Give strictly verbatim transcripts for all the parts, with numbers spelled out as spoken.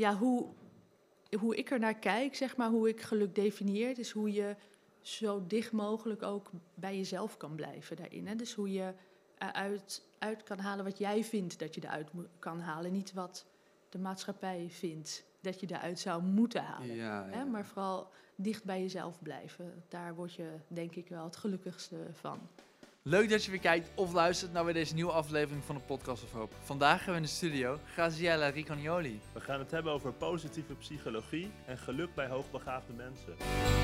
ja, hoe, hoe ik er naar kijk, zeg maar, hoe ik geluk definieer, is hoe je zo dicht mogelijk ook bij jezelf kan blijven daarin. Hè? Dus hoe je eruit uit kan halen wat jij vindt dat je eruit mo- kan halen. Niet wat de maatschappij vindt dat je eruit zou moeten halen. Ja, Hè? ja. Maar vooral dicht bij jezelf blijven. Daar word je, denk ik, wel het gelukkigste van. Leuk dat je weer kijkt of luistert naar weer deze nieuwe aflevering van de Podcast of Hope. Vandaag hebben we in de studio Graziella Ricagnoli. We gaan het hebben over positieve psychologie en geluk bij hoogbegaafde mensen.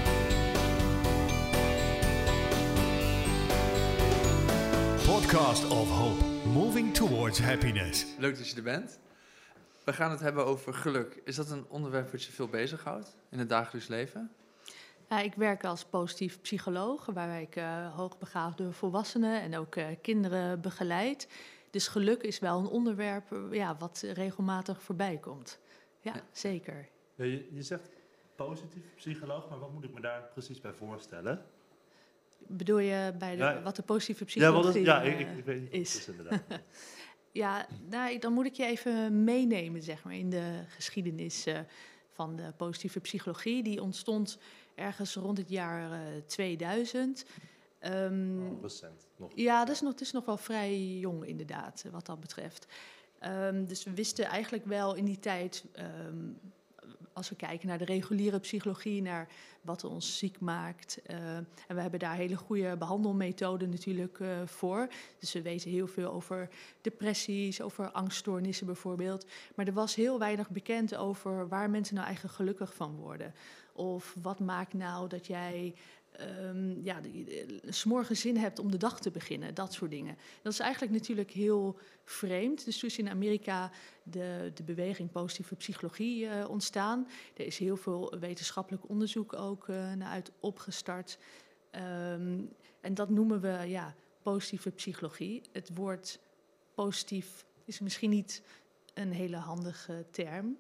Podcast of Hope, moving towards happiness. Leuk dat je er bent. We gaan het hebben over geluk. Is dat een onderwerp wat je veel bezighoudt in het dagelijks leven? Ja, ik werk als positief psycholoog, waarbij ik uh, hoogbegaafde volwassenen en ook uh, kinderen begeleid. Dus geluk is wel een onderwerp uh, ja, wat regelmatig voorbij komt. Ja, ja. Zeker. Ja, je, je zegt positief psycholoog, maar wat moet ik me daar precies bij voorstellen? Bedoel je bij de, ja, wat de positieve psychologie ja, dat, ja, uh, ik, ik weet niet is? is inderdaad. Ja, nou, dan moet ik je even meenemen, zeg maar, in de geschiedenis uh, van de positieve psychologie. Die ontstond ergens rond het jaar uh, tweeduizend. Um, oh, recent nog. Ja, dat is nog, het is nog wel vrij jong inderdaad, wat dat betreft. Um, dus we wisten eigenlijk wel in die tijd, um, als we kijken naar de reguliere psychologie, naar wat ons ziek maakt. Uh, en we hebben daar hele goede behandelmethoden natuurlijk uh, voor. Dus we weten heel veel over depressies, over angststoornissen bijvoorbeeld. Maar er was heel weinig bekend over waar mensen nou eigenlijk gelukkig van worden. Of wat maakt nou dat jij um, ja, een 's morgens zin hebt om de dag te beginnen. Dat soort dingen. Dat is eigenlijk natuurlijk heel vreemd. Dus toen is in Amerika de, de beweging positieve psychologie uh, ontstaan. Er is heel veel wetenschappelijk onderzoek ook uh, naar uit opgestart. Um, en dat noemen we ja, positieve psychologie. Het woord positief is misschien niet een hele handige term.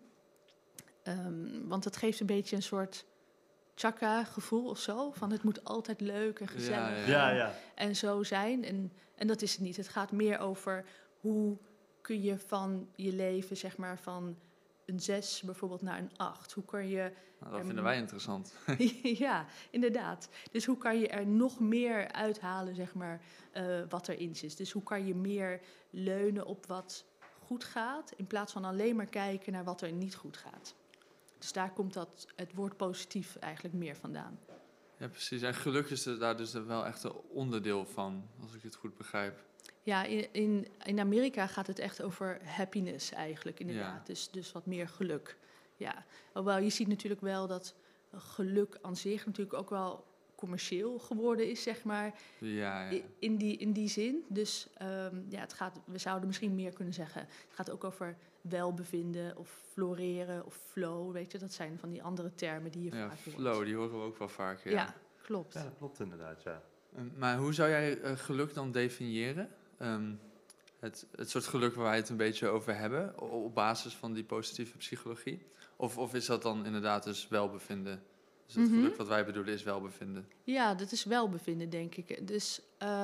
Um, want het geeft een beetje een soort chakra-gevoel of zo. Van het moet altijd leuk en gezellig ja, ja. Ja, ja. en zo zijn. En, en dat is het niet. Het gaat meer over hoe kun je van je leven, zeg maar, van een zes bijvoorbeeld naar een acht. Hoe kan je... Nou, dat vinden wij interessant. Ja, inderdaad. Dus hoe kan je er nog meer uithalen, zeg maar, uh, wat erin zit. Dus hoe kan je meer leunen op wat goed gaat, in plaats van alleen maar kijken naar wat er niet goed gaat. Dus daar komt dat, het woord positief eigenlijk meer vandaan. Ja, precies. En geluk is er daar dus wel echt een onderdeel van, als ik het goed begrijp. Ja, in, in, in Amerika gaat het echt over happiness eigenlijk, inderdaad. Ja. Dus, dus wat meer geluk. Ja. Hoewel je ziet natuurlijk wel dat geluk aan zich natuurlijk ook wel commercieel geworden is, zeg maar. Ja, ja. In, in, die, in die zin. Dus um, ja, het gaat, we zouden misschien meer kunnen zeggen. Het gaat ook over welbevinden of floreren of flow. Weet je, dat zijn van die andere termen die je ja, vaak hoort. Flow, die horen we ook wel vaak. Ja, ja klopt. Ja, dat klopt inderdaad, ja. Maar hoe zou jij uh, geluk dan definiëren? Um, het, het soort geluk waar wij het een beetje over hebben, op basis van die positieve psychologie? Of, of is dat dan inderdaad dus welbevinden? Dus het Mm-hmm. geluk wat wij bedoelen is welbevinden? Ja, dat is welbevinden, denk ik. Dus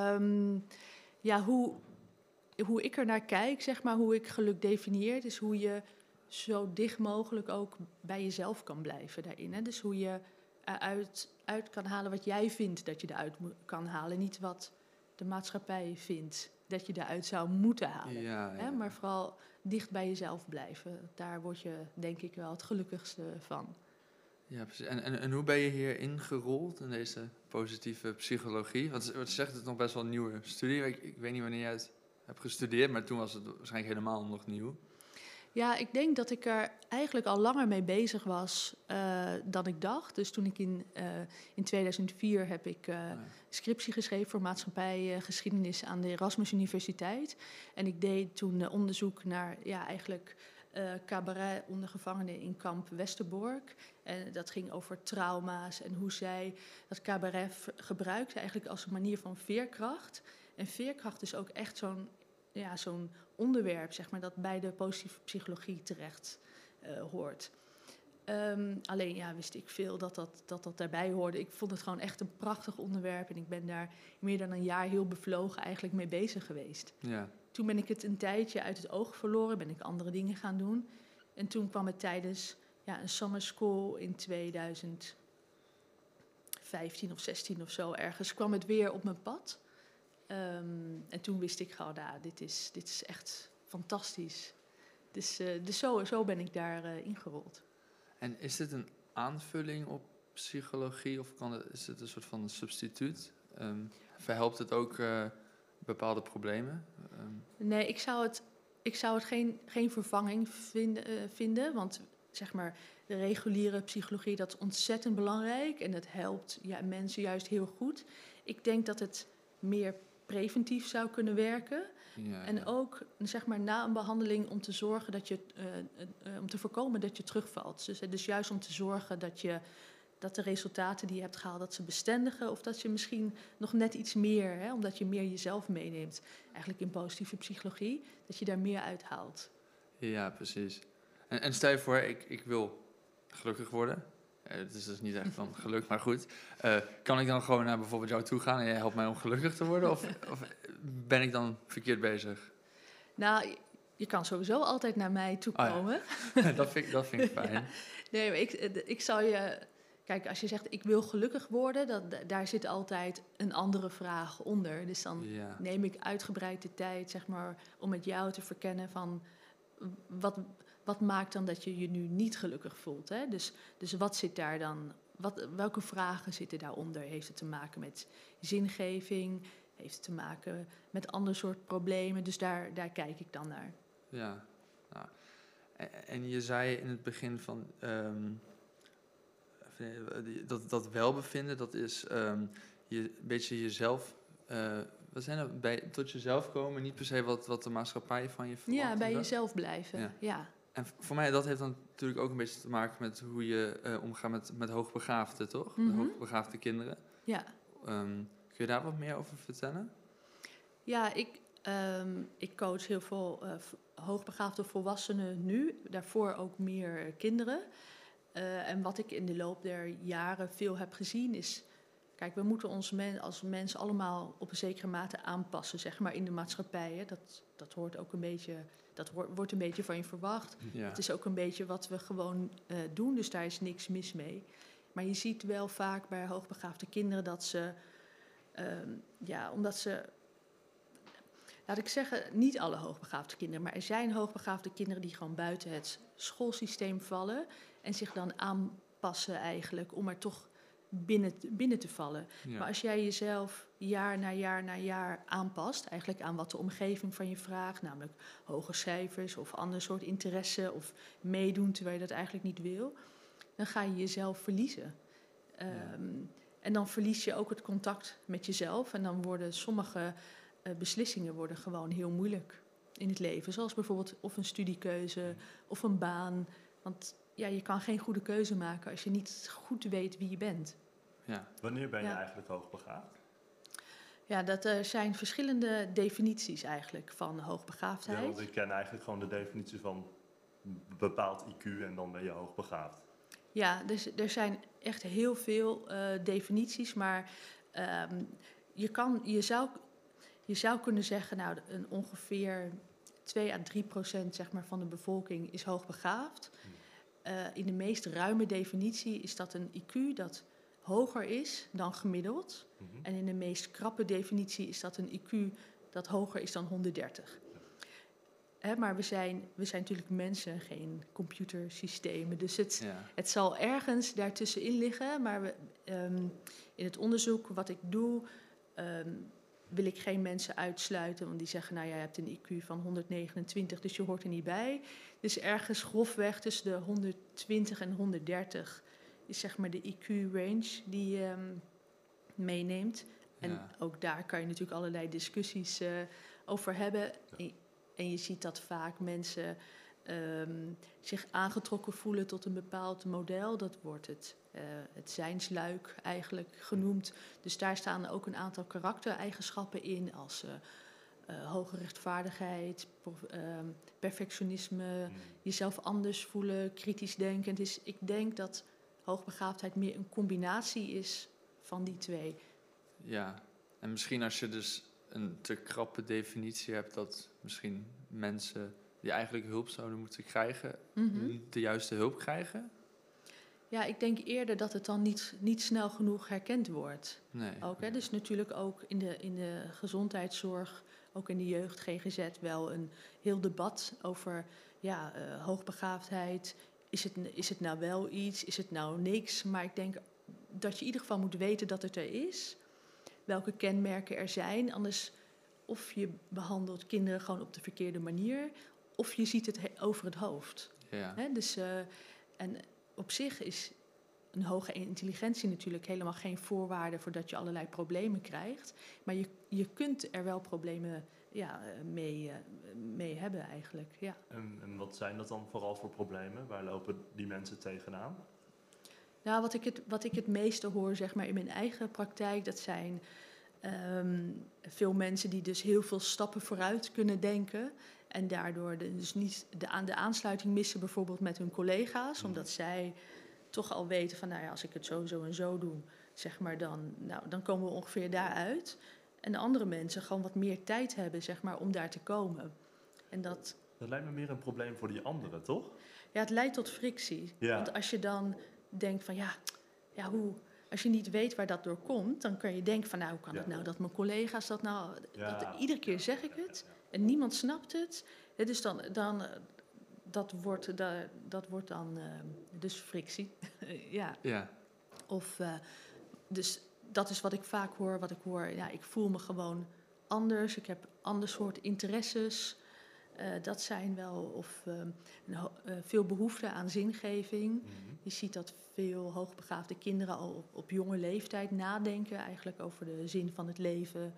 um, ja, hoe, hoe ik er naar kijk, zeg maar, hoe ik geluk definieer, is hoe je zo dicht mogelijk ook bij jezelf kan blijven daarin. Hè? Dus hoe je eruit uit kan halen wat jij vindt dat je eruit mo- kan halen. Niet wat de maatschappij vindt dat je eruit zou moeten halen. Ja, ja. Hè? Maar vooral dicht bij jezelf blijven. Daar word je, denk ik, wel het gelukkigste van. Ja, precies. En, en, en hoe ben je hier ingerold in deze positieve psychologie? Want wat zegt het nog best wel een nieuwe studie. Ik, ik weet niet wanneer jij het hebt gestudeerd, maar toen was het waarschijnlijk helemaal nog nieuw. Ja, ik denk dat ik er eigenlijk al langer mee bezig was uh, dan ik dacht. Dus toen ik in, uh, in tweeduizend vier heb ik uh, ja. scriptie geschreven voor maatschappijgeschiedenis aan de Erasmus Universiteit. En ik deed toen uh, onderzoek naar ja, eigenlijk uh, cabaret onder gevangenen in kamp Westerbork. En dat ging over trauma's en hoe zij dat cabaret gebruikten eigenlijk als een manier van veerkracht. En veerkracht is ook echt zo'n ja, zo'n onderwerp, zeg maar, dat bij de positieve psychologie terecht uh, hoort. Um, alleen ja, wist ik veel dat dat, dat dat daarbij hoorde. Ik vond het gewoon echt een prachtig onderwerp en ik ben daar meer dan een jaar heel bevlogen eigenlijk mee bezig geweest. Ja. Toen ben ik het een tijdje uit het oog verloren, ben ik andere dingen gaan doen. En toen kwam het tijdens ja, een summer school in tweeduizend vijftien of zestien of zo ergens, kwam het weer op mijn pad. Um, en toen wist ik gewoon, nou, dit is, dit is echt fantastisch. Dus, uh, dus zo, zo ben ik daar uh, ingerold. En is dit een aanvulling op psychologie of kan het, is het een soort van een substituut? Um, verhelpt het ook uh, bepaalde problemen? Um. Nee, ik zou het, ik zou het geen, geen vervanging vinden, uh, vinden, want zeg maar, de reguliere psychologie, dat is ontzettend belangrijk en dat helpt ja, mensen juist heel goed. Ik denk dat het meer preventief zou kunnen werken. Ja, en ja. ook zeg maar, na een behandeling om te zorgen dat je, uh, uh, om te voorkomen dat je terugvalt. Dus, dus juist om te zorgen dat je dat de resultaten die je hebt gehaald, dat ze bestendigen of dat je misschien nog net iets meer, hè, omdat je meer jezelf meeneemt, eigenlijk in positieve psychologie, dat je daar meer uithaalt. Ja, precies. En, en stel je voor, ik, ik wil gelukkig worden. Uh, het is dus niet echt van geluk, maar goed. Uh, kan ik dan gewoon naar bijvoorbeeld jou toe gaan en jij helpt mij om gelukkig te worden? Of, of ben ik dan verkeerd bezig? Nou, je kan sowieso altijd naar mij toe komen. Oh ja. dat, vind ik, dat vind ik fijn. Ja. Nee, maar ik, ik zou je... Kijk, als je zegt ik wil gelukkig worden, dat, daar zit altijd een andere vraag onder. Dus dan Ja. neem ik uitgebreid de tijd, zeg maar, om met jou te verkennen van wat... Wat maakt dan dat je je nu niet gelukkig voelt? Hè? Dus, dus wat zit daar dan? Wat, welke vragen zitten daaronder? Heeft het te maken met zingeving? Heeft het te maken met ander soort problemen? Dus daar, daar kijk ik dan naar. Ja. Nou, en, en je zei in het begin van um, dat, dat welbevinden, dat is um, je, een beetje jezelf. Uh, wat zijn er bij tot jezelf komen? Niet per se wat, wat de maatschappij van je verwacht. Ja, bij jezelf blijven. Ja. ja. En voor mij, dat heeft dan natuurlijk ook een beetje te maken met hoe je uh, omgaat met, met hoogbegaafden, toch? Mm-hmm. De hoogbegaafde kinderen. Ja. Um, kun je daar wat meer over vertellen? Ja, ik, um, ik coach heel veel uh, hoogbegaafde volwassenen nu. Daarvoor ook meer kinderen. Uh, en wat ik in de loop der jaren veel heb gezien is... Kijk, we moeten ons men, als mensen allemaal op een zekere mate aanpassen, zeg maar, in de maatschappij. Hè. Dat, dat hoort ook een beetje... Dat wordt een beetje van je verwacht. Ja. Het is ook een beetje wat we gewoon uh, doen, dus daar is niks mis mee. Maar je ziet wel vaak bij hoogbegaafde kinderen dat ze... Uh, ja, omdat ze... Laat ik zeggen, niet alle hoogbegaafde kinderen... maar er zijn hoogbegaafde kinderen die gewoon buiten het schoolsysteem vallen... en zich dan aanpassen eigenlijk om er toch binnen, binnen te vallen. Ja. Maar als jij jezelf jaar na jaar na jaar aanpast... eigenlijk aan wat de omgeving van je vraagt... namelijk hoge cijfers of ander soort interesse... of meedoen terwijl je dat eigenlijk niet wil... dan ga je jezelf verliezen. Ja. Um, en dan verlies je ook het contact met jezelf... en dan worden sommige uh, beslissingen worden gewoon heel moeilijk in het leven. Zoals bijvoorbeeld of een studiekeuze of een baan... Want ja, je kan geen goede keuze maken als je niet goed weet wie je bent. Ja. Wanneer ben je ja. eigenlijk hoogbegaafd? Ja, dat er zijn verschillende definities eigenlijk van hoogbegaafdheid. Ja, want ik ken eigenlijk gewoon de definitie van bepaald I Q en dan ben je hoogbegaafd. Ja, dus er zijn echt heel veel uh, definities, maar um, je, kan, je, zou, je zou kunnen zeggen, nou, een ongeveer twee à drie procent zeg maar, van de bevolking is hoogbegaafd. Uh, in de meest ruime definitie is dat een I Q dat hoger is dan gemiddeld. Mm-hmm. En in de meest krappe definitie is dat een I Q dat hoger is dan honderddertig. Hè, maar we zijn, we zijn natuurlijk mensen, geen computersystemen. Dus het, ja. het zal ergens daartussenin liggen. Maar we, um, in het onderzoek wat ik doe... Um, wil ik geen mensen uitsluiten, want die zeggen... nou ja, je hebt een I Q van honderdnegenentwintig, dus je hoort er niet bij. Dus ergens grofweg tussen de honderdtwintig en honderddertig... is zeg maar de I Q-range die je um, meeneemt. En ja. ook daar kan je natuurlijk allerlei discussies uh, over hebben. En, en je ziet dat vaak mensen um, zich aangetrokken voelen tot een bepaald model. Dat wordt het, uh, het zijnsluik eigenlijk genoemd. Dus daar staan ook een aantal karaktereigenschappen in... als uh, uh, hoge rechtvaardigheid, prof, uh, perfectionisme... Mm. jezelf anders voelen, kritisch denken. Dus ik denk dat hoogbegaafdheid meer een combinatie is van die twee. Ja, en misschien als je dus een te krappe definitie hebt... dat misschien mensen die eigenlijk hulp zouden moeten krijgen, Mhm. niet de juiste hulp krijgen? Ja, ik denk eerder dat het dan niet, niet snel genoeg herkend wordt. Nee. Ook, hè? Dus natuurlijk ook in de, in de gezondheidszorg, ook in de jeugd, G G Z, wel een heel debat over ja, uh, hoogbegaafdheid. Is het, is het nou wel iets? Is het nou niks? Maar ik denk dat je in ieder geval moet weten dat het er is. Welke kenmerken er zijn. Anders of je behandelt kinderen gewoon op de verkeerde manier, of je ziet het he- over het hoofd. Ja. Hè? Dus, uh, en op zich is een hoge intelligentie natuurlijk helemaal geen voorwaarde voordat je allerlei problemen krijgt. Maar je, je kunt er wel problemen ja, mee, uh, mee hebben eigenlijk. Ja. En, en wat zijn dat dan vooral voor problemen? Waar lopen die mensen tegenaan? Nou, wat ik het, wat ik het meeste hoor zeg maar, in mijn eigen praktijk, dat zijn um, veel mensen die dus heel veel stappen vooruit kunnen denken. En daardoor de, dus niet de, aan de aansluiting missen bijvoorbeeld met hun collega's. Mm. Omdat zij toch al weten van, nou ja, als ik het zo, zo en zo doe, zeg maar, dan, nou, dan komen we ongeveer daaruit. En de andere mensen gewoon wat meer tijd hebben, zeg maar, om daar te komen. En dat... Dat lijkt me meer een probleem voor die anderen, toch? Ja, het leidt tot frictie. Ja. Want als je dan denkt van, ja, ja, hoe... Als je niet weet waar dat door komt, dan kan je denken van, nou, hoe kan ja. het nou dat mijn collega's dat nou... Ja. Dat, iedere keer zeg ik het en niemand snapt het. Ja, dus dan... dan Dat wordt, dat, dat wordt dan uh, dus frictie. ja. ja. Of, uh, dus dat is wat ik vaak hoor. Wat ik hoor, ja, ik voel me gewoon anders. Ik heb ander soort interesses. Uh, dat zijn wel, of uh, een ho- uh, veel behoefte aan zingeving. Mm-hmm. Je ziet dat veel hoogbegaafde kinderen al op, op jonge leeftijd nadenken eigenlijk over de zin van het leven.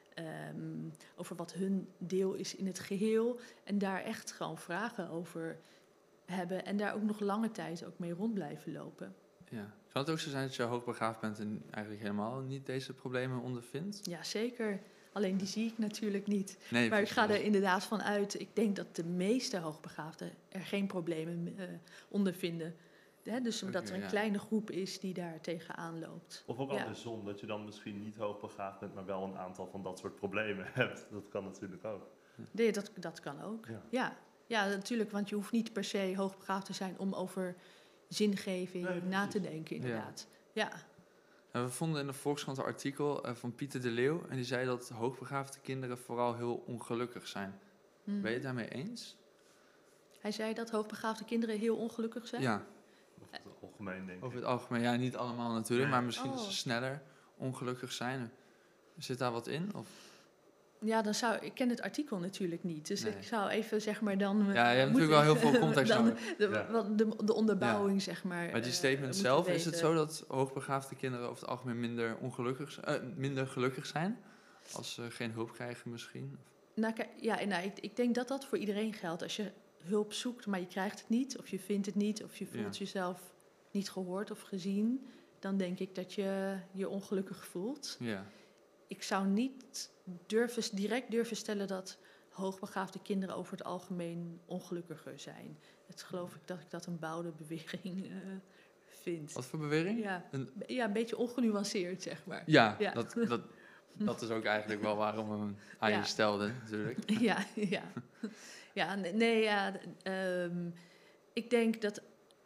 Um, over wat hun deel is in het geheel. En daar echt gewoon vragen over hebben. En daar ook nog lange tijd ook mee rond blijven lopen. Ja. Kan het ook zo zijn dat je hoogbegaafd bent en eigenlijk helemaal niet deze problemen ondervindt? Ja, zeker. Alleen die zie ik natuurlijk niet. Nee, maar ik ga er inderdaad van uit. Ik denk dat de meeste hoogbegaafden er geen problemen uh, ondervinden. He, dus omdat okay, er een ja. kleine groep is die daar tegenaan loopt. Of ook ja. andersom, dat je dan misschien niet hoogbegaafd bent, maar wel een aantal van dat soort problemen hebt. Dat kan natuurlijk ook. Nee, dat, dat kan ook. Ja. Ja. ja, natuurlijk, want je hoeft niet per se hoogbegaafd te zijn om over zingeving nee, na te denken, inderdaad. Ja. ja. Nou, we vonden in de Volkskrant een artikel uh, van Pieter de Leeuw en die zei dat hoogbegaafde kinderen vooral heel ongelukkig zijn. Hmm. Ben je het daarmee eens? Hij zei dat hoogbegaafde kinderen heel ongelukkig zijn? Ja. Over het algemeen, denk ik. Over het algemeen, ja, niet allemaal natuurlijk, nee. maar misschien oh. dat ze sneller ongelukkig zijn. Zit daar wat in? Of? Ja, dan zou ik ken het artikel natuurlijk niet, dus nee. ik zou even zeg maar dan. Ja, je hebt natuurlijk wel heel veel context dan nodig. De, de, ja. de, de onderbouwing, ja. zeg maar. Maar die statement uh, zelf, is het zo dat hoogbegaafde kinderen over het algemeen minder ongelukkig, uh, minder gelukkig zijn als ze geen hulp krijgen misschien? Nou, ja, nou, ik, ik denk dat dat voor iedereen geldt. Als je hulp zoekt, maar je krijgt het niet, of je vindt het niet, of je voelt ja. jezelf niet gehoord of gezien, dan denk ik dat je je ongelukkig voelt. Ja. Ik zou niet durven, direct durven stellen dat hoogbegaafde kinderen over het algemeen ongelukkiger zijn. Het geloof ik dat ik dat een bouwde beweging uh, vind. Wat voor bewering? Ja, een, ja, een beetje ongenuanceerd, zeg maar. Ja, ja. Dat, dat, dat is ook eigenlijk wel waarom we hem aan ja. je stelden, natuurlijk. Ja, ja. Ja, nee, ja, um, ik denk dat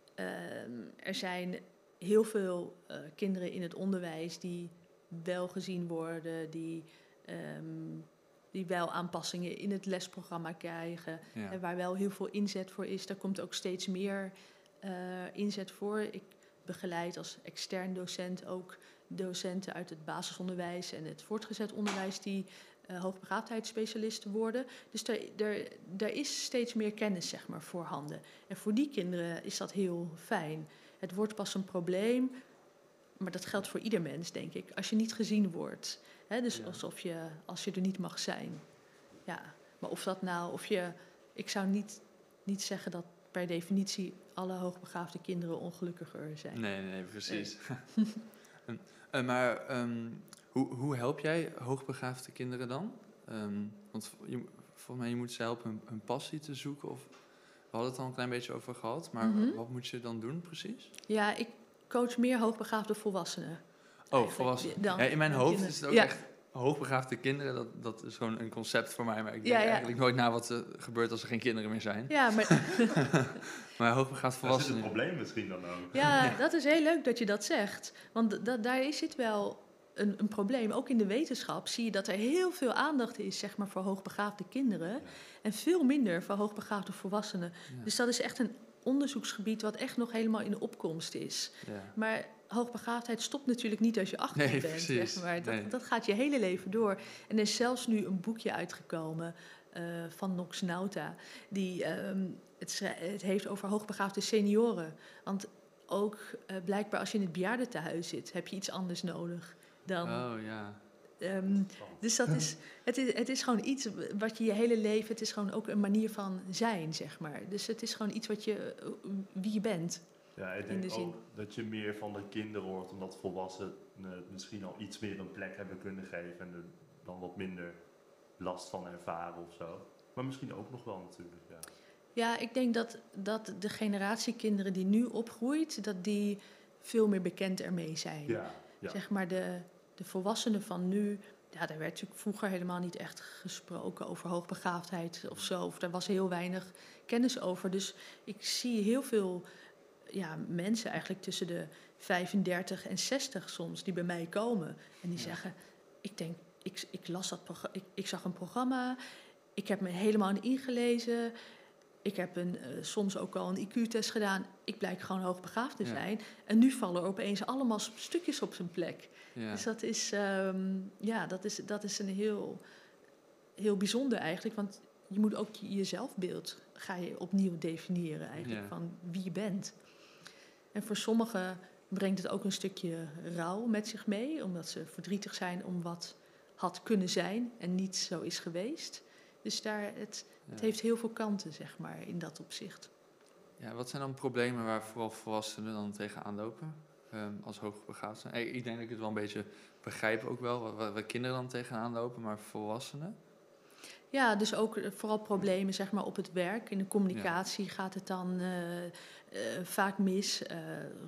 um, er zijn heel veel uh, kinderen in het onderwijs die wel gezien worden, die, um, die wel aanpassingen in het lesprogramma krijgen, ja. en waar wel heel veel inzet voor is. Daar komt ook steeds meer uh, inzet voor. Ik begeleid als extern docent ook docenten uit het basisonderwijs en het voortgezet onderwijs die uh, hoogbegaafdheidsspecialisten worden. Dus er is steeds meer kennis, zeg maar, voorhanden. En voor die kinderen is dat heel fijn. Het wordt pas een probleem, maar dat geldt voor ieder mens, denk ik, als je niet gezien wordt. Hè, dus ja. alsof je, als je er niet mag zijn. Ja, maar of dat nou, of je, ik zou niet, niet zeggen dat per definitie alle hoogbegaafde kinderen ongelukkiger zijn. Nee, nee, precies. Nee. uh, maar um, hoe, hoe help jij hoogbegaafde kinderen dan? Um, want je, volgens mij je moet ze helpen hun, hun passie te zoeken. Of, we hadden het al een klein beetje over gehad, maar mm-hmm. wat moet je dan doen precies? Ja, ik coach meer hoogbegaafde volwassenen. Oh, volwassenen. Dan, ja, in mijn hoofd kinderen. is het ook ja. echt hoogbegaafde kinderen, dat, dat is gewoon een concept voor mij. Maar ik denk Ja, ja. eigenlijk nooit na wat er gebeurt als er geen kinderen meer zijn. Ja, maar Maar hoogbegaafd Daar zit het volwassenen... probleem misschien dan ook. ja, dat is heel leuk dat je dat zegt. Want da- daar zit wel een, een probleem. Ook in de wetenschap zie je dat er heel veel aandacht is, zeg maar, voor hoogbegaafde kinderen. Ja. En veel minder voor hoogbegaafde volwassenen. Ja. Dus dat is echt een onderzoeksgebied wat echt nog helemaal in de opkomst is. Ja. Maar hoogbegaafdheid stopt natuurlijk niet als je achttien Nee, bent. precies. Zeg maar. dat, Nee. dat gaat je hele leven door. En er is zelfs nu een boekje uitgekomen uh, van Nox Nauta. Die um, het, schrij- het heeft over hoogbegaafde senioren. Want ook uh, blijkbaar als je in het bejaardentehuis zit, heb je iets anders nodig dan... Oh ja. Um, dus dat is het, is, het is gewoon iets wat je je hele leven... Het is gewoon ook een manier van zijn, zeg maar. Dus het is gewoon iets wat je... Uh, wie je bent. Ja, ik In denk de zin. ook dat je meer van de kinderen hoort, omdat volwassenen misschien al iets meer een plek hebben kunnen geven en er dan wat minder last van ervaren of zo. Maar misschien ook nog wel natuurlijk, ja. Ja, ik denk dat, dat de generatie kinderen die nu opgroeit, dat die veel meer bekend ermee zijn. Ja, ja. Zeg maar de, de volwassenen van nu, ja, daar werd natuurlijk vroeger helemaal niet echt gesproken over hoogbegaafdheid of zo. Of daar was heel weinig kennis over. Dus ik zie heel veel ja, mensen eigenlijk tussen de vijfendertig en zestig soms die bij mij komen. En die Ja. zeggen, ik denk, ik, ik las dat programma, ik, ik zag een programma, ik heb me helemaal in ingelezen. Ik heb een, uh, soms ook al een I Q-test gedaan. Ik blijk gewoon hoogbegaafd te Ja. zijn. En nu vallen er opeens allemaal stukjes op zijn plek. Ja. Dus dat is, um, ja, dat is, dat is een heel, heel bijzonder eigenlijk. Want je moet ook je zelfbeeld ga je opnieuw definiëren eigenlijk. Ja. Van wie je bent. En voor sommigen brengt het ook een stukje rouw met zich mee. Omdat ze verdrietig zijn om wat had kunnen zijn en niet zo is geweest. Dus daar, het, het Ja. heeft heel veel kanten, zeg maar, in dat opzicht. Ja, wat zijn dan problemen waar vooral volwassenen dan tegenaan lopen um, als hoogbegaafd zijn? Ik, ik denk dat ik het wel een beetje begrijp ook wel, waar, waar- waar kinderen dan tegenaan lopen, maar volwassenen? Ja, dus ook eh, vooral problemen, zeg maar, op het werk. In de communicatie gaat het dan eh, eh, vaak mis. Eh,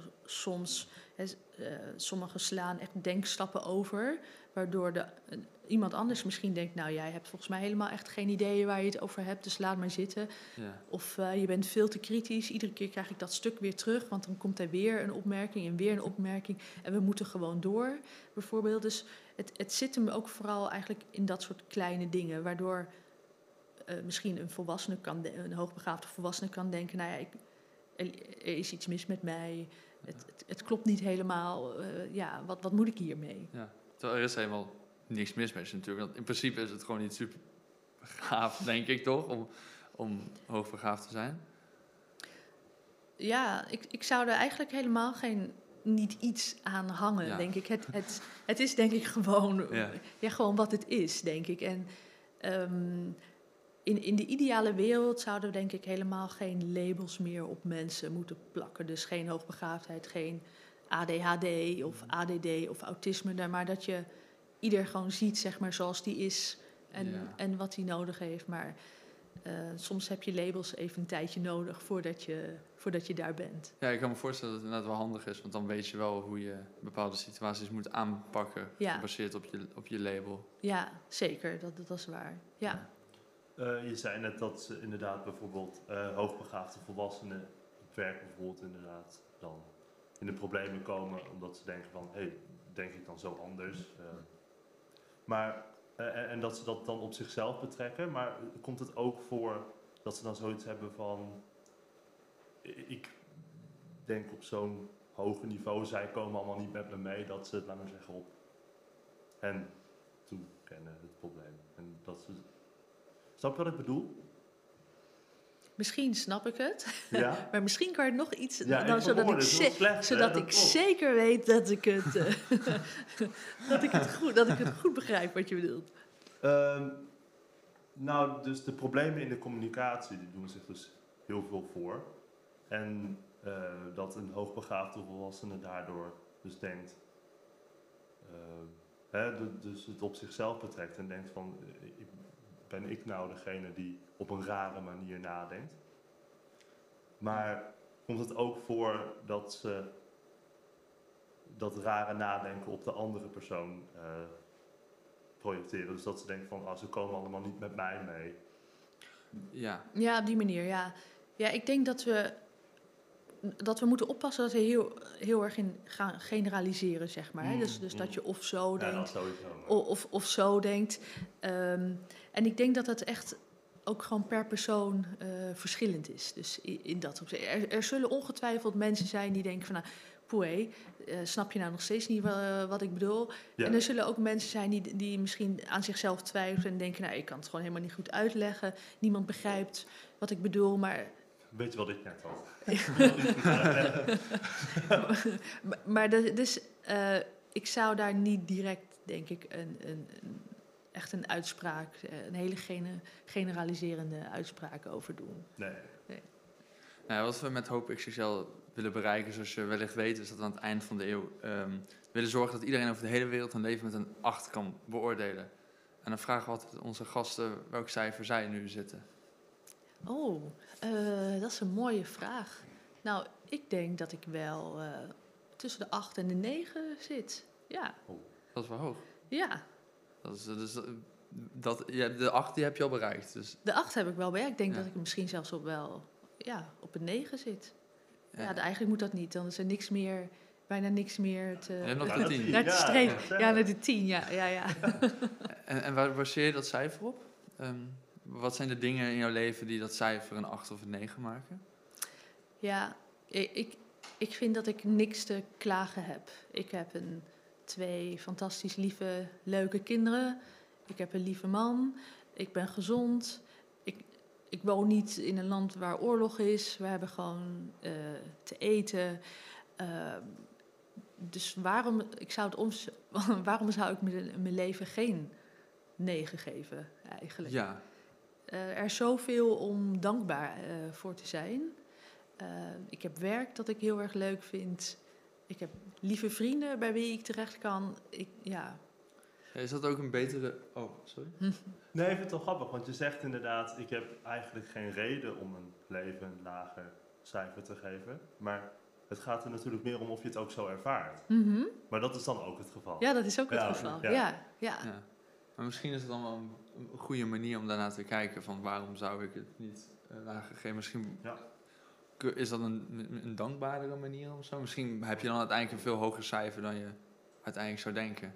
soms, eh, sommigen slaan echt denkstappen over, waardoor de, eh, iemand anders misschien denkt, nou, jij hebt volgens mij helemaal echt geen idee waar je het over hebt, dus laat maar zitten. Ja. Of uh, je bent veel te kritisch. Iedere keer krijg ik dat stuk weer terug, want dan komt er weer een opmerking en weer een opmerking. En we moeten gewoon door, bijvoorbeeld. Dus het, het zit hem ook vooral eigenlijk in dat soort kleine dingen, waardoor uh, misschien een volwassene kan, de- een hoogbegaafde volwassene kan denken, nou ja, ik, er, er is iets mis met mij. Het, het, het klopt niet helemaal. Uh, ja, wat, wat moet ik hiermee? Ja. Terwijl er is helemaal niks mis met je natuurlijk. Want in principe is het gewoon niet super gaaf, denk ik toch, om, om hoogbegaafd te zijn. Ja, ik, ik zou er eigenlijk helemaal geen, niet iets aan hangen, Ja. denk ik. Het, het, het is denk ik gewoon, Ja. ja, gewoon wat het is, denk ik. En um, in, in de ideale wereld zouden we denk ik helemaal geen labels meer op mensen moeten plakken. Dus geen hoogbegaafdheid, geen A D H D of A D D of autisme. Maar dat je ieder gewoon ziet, zeg maar, zoals die is en, Ja. en wat hij nodig heeft. Maar uh, soms heb je labels even een tijdje nodig voordat je, voordat je daar bent. Ja, ik kan me voorstellen dat het inderdaad wel handig is, want dan weet je wel hoe je bepaalde situaties moet aanpakken, Ja. gebaseerd op je, op je label. Ja, zeker. Dat, dat is waar. Ja. Uh, je zei net dat ze inderdaad bijvoorbeeld uh, hoogbegaafde volwassenen op werk bijvoorbeeld inderdaad dan in de problemen komen omdat ze denken van, hé, hey, denk ik dan zo anders? Uh, maar, uh, en, en dat ze dat dan op zichzelf betrekken, maar komt het ook voor dat ze dan zoiets hebben van, ik denk op zo'n hoger niveau, zij komen allemaal niet met me mee, dat ze het, laat maar zeggen, op hen toekennen, het probleem. En dat ze... Snap je wat ik bedoel? Misschien snap ik het. Ja? Maar misschien kan je nog iets... Ja, nou, ik zodat ik, het ze- slecht, zodat hè? ik Dat klopt. zeker weet dat ik het, uh, dat, ik het goed, dat ik het goed begrijp wat je bedoelt. Um, nou, dus de problemen in de communicatie die doen zich dus heel veel voor. En uh, dat een hoogbegaafde volwassene daardoor dus denkt... Uh, hè, de, dus het op zichzelf betrekt en denkt van... Uh, ben ik nou degene die op een rare manier nadenkt? Maar komt het ook voor dat ze dat rare nadenken op de andere persoon uh, projecteren. Dus dat ze denken van, ah, ze komen allemaal niet met mij mee. Ja, Ja, op die manier, ja. Ja, ik denk dat we, dat we moeten oppassen dat we heel, heel erg in gaan generaliseren, zeg maar. hè. Mm, Dus, dus dat mm. je of zo Ja, dat denkt, sowieso. maar- of, of, of zo denkt. Ehm, en ik denk dat het echt ook gewoon per persoon eh, verschillend is. Dus in, in dat opzicht. Er, er zullen ongetwijfeld mensen zijn die denken van, nou, poeh, eh, snap je nou nog steeds niet wa- wat ik bedoel? Ja. En er zullen ook mensen zijn die, die misschien aan zichzelf twijfelen en denken, nou, ik kan het gewoon helemaal niet goed uitleggen. Niemand begrijpt wat ik bedoel, maar Weet je wat ik net had? maar, maar de- dus eh, ik zou daar niet direct, denk ik, een, een, een- echt een uitspraak, eh, een hele gene- generaliserende uitspraak over doen. Nee. Nou, wat we met Hoop X X L willen bereiken, zoals je wellicht weet, is dat we aan het eind van de eeuw ehm, willen zorgen dat iedereen over de hele wereld een leven met een acht kan beoordelen. En dan vragen we altijd onze gasten welk cijfer zij nu zitten. Oh, eh, dat is een mooie vraag. Nou, ik denk dat ik wel eh, tussen de acht en de negen zit. Ja, Dat is wel hoog. ja. Dat is, dus, eh, dat, ja, de acht die heb je al bereikt. Dus, De acht heb ik wel bij. Ik denk Ja. dat ik misschien zelfs op wel ja, op een negen zit. Ja, ja. de- eigenlijk moet dat niet. Dan is er niks meer, bijna niks meer te... Je hebt nog Ja, de dat tien. zie je. Naar te Ja, streven. dat zeggen. Ja, naar de tien, ja. ja, ja. En, en waar baseer je dat cijfer op? Ehm, wat zijn de dingen in jouw leven die dat cijfer een acht of een negen maken? Ja, ik, ik, ik vind dat ik niks te klagen heb. Ik heb een, twee fantastisch lieve, leuke kinderen. Ik heb een lieve man. Ik ben gezond. Ik, ik woon niet in een land waar oorlog is. We hebben gewoon eh, te eten. Uh, dus waarom, ik zou het oms, waarom zou ik mijn, mijn leven geen negen geven eigenlijk? Ja, Uh, er is zoveel om dankbaar uh, voor te zijn. Uh, ik heb werk dat ik heel erg leuk vind. Ik heb lieve vrienden bij wie ik terecht kan. Ik, ja. Is dat ook een betere... Oh, sorry. Nee, ik vind het wel grappig, want je zegt inderdaad, ik heb eigenlijk geen reden om een leven een lager cijfer te geven. Maar het gaat er natuurlijk meer om of je het ook zo ervaart. Mm-hmm. Maar dat is dan ook het geval. Ja, dat is ook Ja, het geval. ja. Ja. Ja, ja. Ja. Maar misschien is het dan wel een, een goede manier om daarna te kijken van waarom zou ik het niet uh, lager geven. Misschien Ja. is dat een, een dankbaardere manier of zo. Misschien heb je dan uiteindelijk een veel hoger cijfer dan je uiteindelijk zou denken.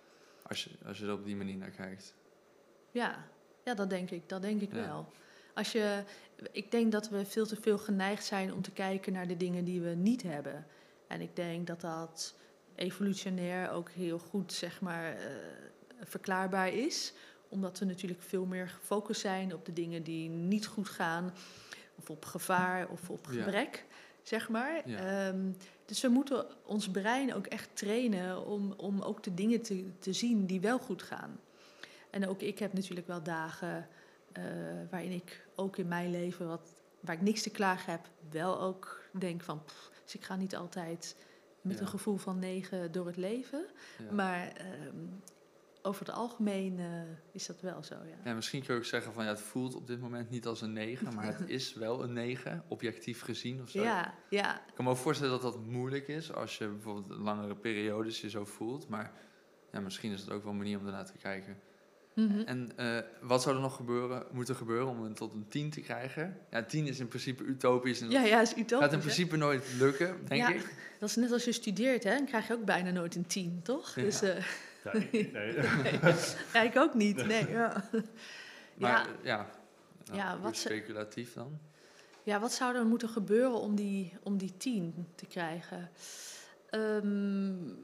Als je, als je er op die manier naar kijkt. Ja, ja, dat denk ik. Dat denk ik Ja. wel. Als je, ik denk dat we veel te veel geneigd zijn om te kijken naar de dingen die we niet hebben. En ik denk dat dat evolutionair ook heel goed, zeg maar, uh, verklaarbaar is. Omdat we natuurlijk veel meer gefocust zijn op de dingen die niet goed gaan. Of op gevaar of op Ja. gebrek, zeg maar. Ja. Um, dus we moeten ons brein ook echt trainen om, om ook de dingen te, te zien die wel goed gaan. En ook ik heb natuurlijk wel dagen uh, waarin ik ook in mijn leven, wat, waar ik niks te klagen heb, wel ook denk van, pff, dus ik ga niet altijd met Ja. een gevoel van negen door het leven. Ja. Maar um, over het algemeen uh, is dat wel zo, ja. Ja, misschien kun je ook zeggen van ja, het voelt op dit moment niet als een negen, maar het is wel een negen, objectief gezien of zo. Ja, ja. Ik kan me ook voorstellen dat dat moeilijk is als je bijvoorbeeld langere periodes je zo voelt, maar ja, misschien is het ook wel een manier om ernaar te kijken. Mm-hmm. En uh, wat zou er nog gebeuren, moeten gebeuren om het tot een tien te krijgen? Ja, tien is in principe utopisch en Ja, ja, is utopisch. gaat in principe hè? nooit lukken, denk ja, ik. Dat is net als je studeert, hè? Dan krijg je ook bijna nooit een tien, toch? Ja. Dus, uh, Ja, ik, nee. nee. Ja, ik ook niet, nee. Ja, Maar ja, ja, nou, Ja, puur wat ze- speculatief dan. ja, wat zou er moeten gebeuren om die, om die tien te krijgen? Um,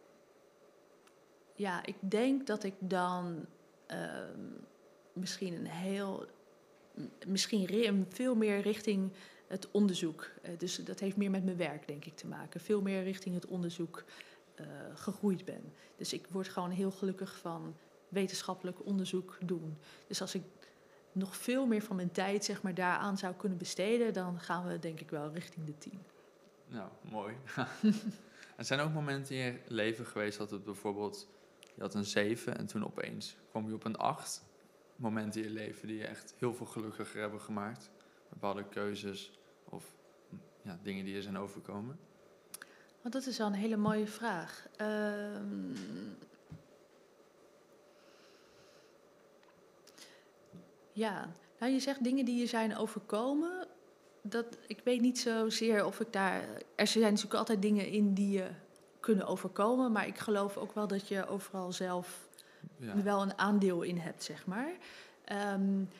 ja, ik denk dat ik dan um, misschien een heel... Misschien ri- veel meer richting het onderzoek. Uh, dus dat heeft meer met mijn werk, denk ik, te maken. Veel meer richting het onderzoek uh, gegroeid ben. Dus ik word gewoon heel gelukkig van wetenschappelijk onderzoek doen. Dus als ik nog veel meer van mijn tijd, zeg maar, daaraan zou kunnen besteden, dan gaan we denk ik wel richting de tien. Nou, mooi. Er zijn ook momenten in je leven geweest dat het bijvoorbeeld, je had een zeven en toen opeens kwam je op een acht. Momenten in je leven die je echt heel veel gelukkiger hebben gemaakt. Bepaalde keuzes of ja, dingen die je zijn overkomen. Want dat is wel een hele mooie vraag. Um, Ja, nou je zegt dingen die je zijn overkomen. Dat, ik weet niet zozeer of ik daar... Er zijn natuurlijk altijd dingen in die je kunnen overkomen. Maar ik geloof ook wel dat je overal zelf Ja. wel een aandeel in hebt, zeg maar. Um,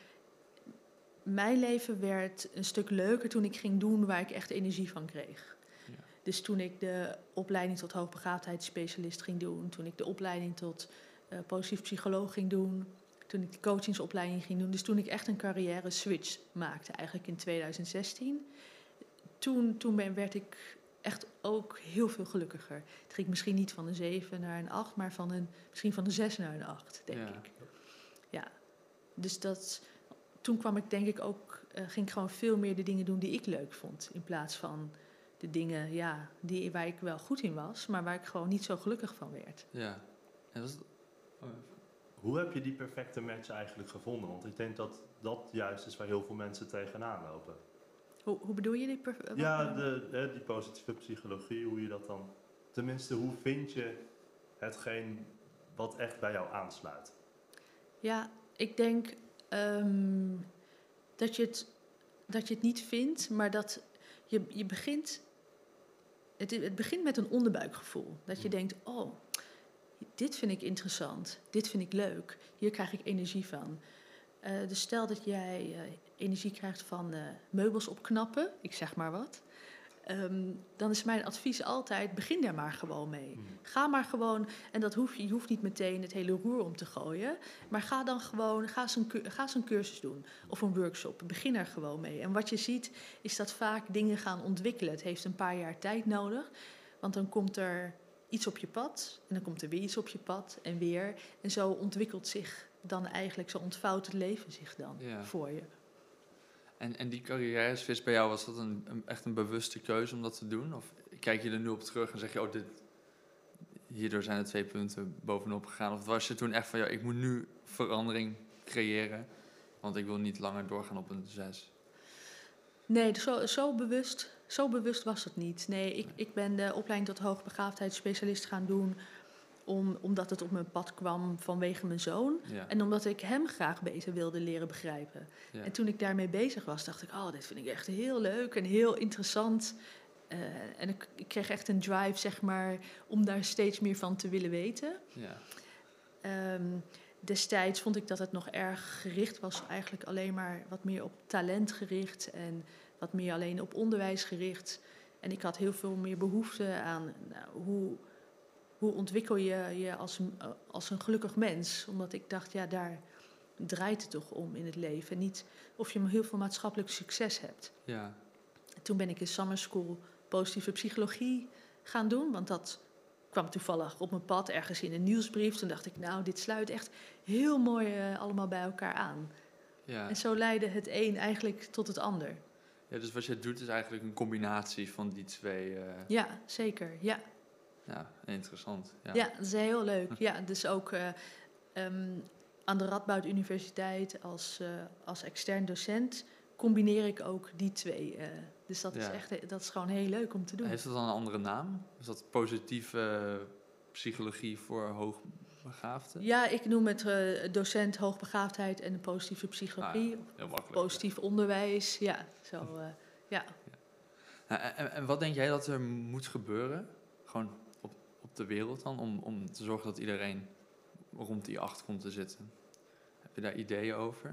mijn leven werd een stuk leuker toen ik ging doen waar ik echt energie van kreeg. Ja. Dus toen ik de opleiding tot hoogbegaafdheidsspecialist ging doen, toen ik de opleiding tot uh, positief psycholoog ging doen, toen ik de coachingsopleiding ging doen, dus toen ik echt een carrière switch maakte, eigenlijk in twintig zestien, toen, toen ben, werd ik echt ook heel veel gelukkiger. Het ging misschien niet van een zeven naar een acht, maar van een, misschien van een zes naar een acht, denk Ja. ik. Ja, dus dat, toen kwam ik denk ik ook, uh, ging ik gewoon veel meer de dingen doen die ik leuk vond, in plaats van de dingen ja, die, waar ik wel goed in was, maar waar ik gewoon niet zo gelukkig van werd. Ja. En was het... oh, Hoe heb je die perfecte match eigenlijk gevonden? Want ik denk dat dat juist is waar heel veel mensen tegenaan lopen. Hoe, hoe bedoel je die? Per- Ja, de, de, die positieve psychologie, hoe je dat dan... Tenminste, hoe vind je hetgeen wat echt bij jou aansluit? Ja, ik denk um, dat, je het, dat je het niet vindt, maar dat je, je begint... Het, het begint met een onderbuikgevoel. Dat je denkt, oh, dit vind ik interessant, dit vind ik leuk, hier krijg ik energie van. Uh, dus stel dat jij uh, energie krijgt van uh, meubels opknappen, ik zeg maar wat. Um, dan is mijn advies altijd, begin daar maar gewoon mee. Hmm. Ga maar gewoon, en dat hoef je, je hoeft niet meteen het hele roer om te gooien. Maar ga dan gewoon, ga eens, een, ga eens een cursus doen of een workshop. Begin er gewoon mee. En wat je ziet, is dat vaak dingen gaan ontwikkelen. Het heeft een paar jaar tijd nodig, want dan komt er iets op je pad en dan komt er weer iets op je pad en weer. En zo ontwikkelt zich dan eigenlijk, zo ontvouwt het leven zich dan Ja. voor je. En, en die carrière-switch bij jou, was dat een, een, echt een bewuste keuze om dat te doen? Of kijk je er nu op terug en zeg je, oh, dit, hierdoor zijn er twee punten bovenop gegaan? Of was je toen echt van, ja, ik moet nu verandering creëren, want ik wil niet langer doorgaan op een zes? Nee, zo, zo, bewust, zo bewust was het niet. Nee, ik, ik ben de opleiding tot hoogbegaafdheidsspecialist gaan doen Om, omdat het op mijn pad kwam vanwege mijn zoon. Ja. En omdat ik hem graag beter wilde leren begrijpen. Ja. En toen ik daarmee bezig was, dacht ik, oh, dit vind ik echt heel leuk en heel interessant. Uh, en ik, ik kreeg echt een drive, zeg maar, om daar steeds meer van te willen weten. Ja. Um, destijds vond ik dat het nog erg gericht was, eigenlijk alleen maar wat meer op talent gericht en wat meer alleen op onderwijs gericht. En ik had heel veel meer behoefte aan nou, hoe... Hoe ontwikkel je je als een, als een gelukkig mens? Omdat ik dacht, ja, daar draait het toch om in het leven. Niet of je heel veel maatschappelijk succes hebt. Ja. Toen ben ik in summer school positieve psychologie gaan doen. Want dat kwam toevallig op mijn pad ergens in een nieuwsbrief. Toen dacht ik, nou, dit sluit echt heel mooi uh, allemaal bij elkaar aan. Ja. En zo leidde het een eigenlijk tot het ander. Ja, dus wat je doet is eigenlijk een combinatie van die twee. Uh... Ja, zeker, ja. Ja, interessant. Ja, ja, dat is heel leuk. Ja, dus ook uh, um, aan de Radboud Universiteit als, uh, als extern docent combineer ik ook die twee. Uh, dus dat, ja. is echt, dat is gewoon heel leuk om te doen. Heeft dat dan een andere naam? Is dat positieve uh, psychologie voor hoogbegaafden? Ja, ik noem het uh, docent hoogbegaafdheid en de positieve psychologie. Ah, heel makkelijk. Positief ja. onderwijs, ja. Zo, uh, ja. ja. En, en wat denk jij dat er moet gebeuren? Gewoon op, op de wereld dan, om, om te zorgen dat iedereen rond die acht komt te zitten. Heb je daar ideeën over?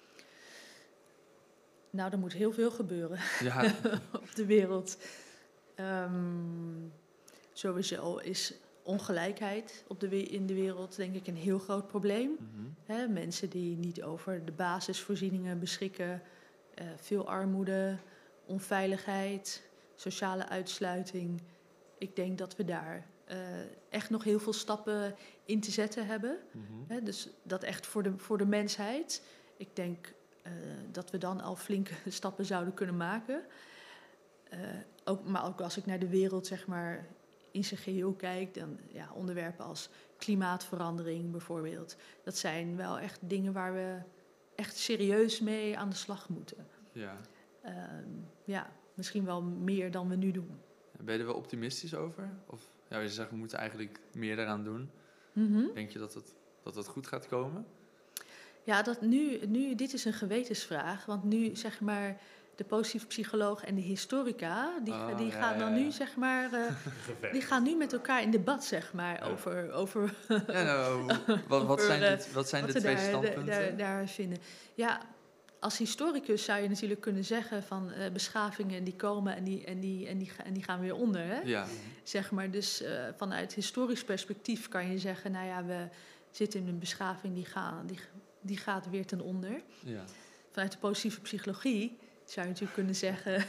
Nou, er moet heel veel gebeuren ja. op de wereld. Um, sowieso is ongelijkheid op de, in de wereld denk ik een heel groot probleem. Mm-hmm. He, mensen die niet over de basisvoorzieningen beschikken, uh, veel armoede, onveiligheid, sociale uitsluiting. Ik denk dat we daar uh, echt nog heel veel stappen in te zetten hebben. Mm-hmm. He, dus dat echt voor de, voor de mensheid. Ik denk uh, dat we dan al flinke stappen zouden kunnen maken. Uh, ook, maar ook als ik naar de wereld, zeg maar, in zijn geheel kijk, dan ja, onderwerpen als klimaatverandering bijvoorbeeld. Dat zijn wel echt dingen waar we echt serieus mee aan de slag moeten. Ja. Uh, ja, misschien wel meer dan we nu doen. Ben je er wel optimistisch over? Of ja, je zegt, we moeten eigenlijk meer eraan doen. Mm-hmm. Denk je dat het, dat het goed gaat komen? Ja, dat nu, nu, dit is een gewetensvraag. Want nu, zeg maar, de positieve psycholoog en de historica... die, Oh, die ja, gaan ja, dan ja. nu, zeg maar... eh, Gevecht. die gaan nu met elkaar in debat, zeg maar, Ja. over... over Ja, nou, hoe- wat, wat over, zijn, eh, dit, wat zijn wat de ze twee daar, de- standpunten? daar, daar vinden. Ja, als historicus zou je natuurlijk kunnen zeggen van eh, beschavingen die komen en die, en, die, en, die, ga- en die gaan weer onder. Hè? Ja, Zeg maar, dus eh, vanuit historisch perspectief kan je zeggen, nou ja, we zitten in een beschaving die, gaan, die, die gaat weer ten onder. ja. Vanuit de positieve psychologie zou je natuurlijk kunnen zeggen...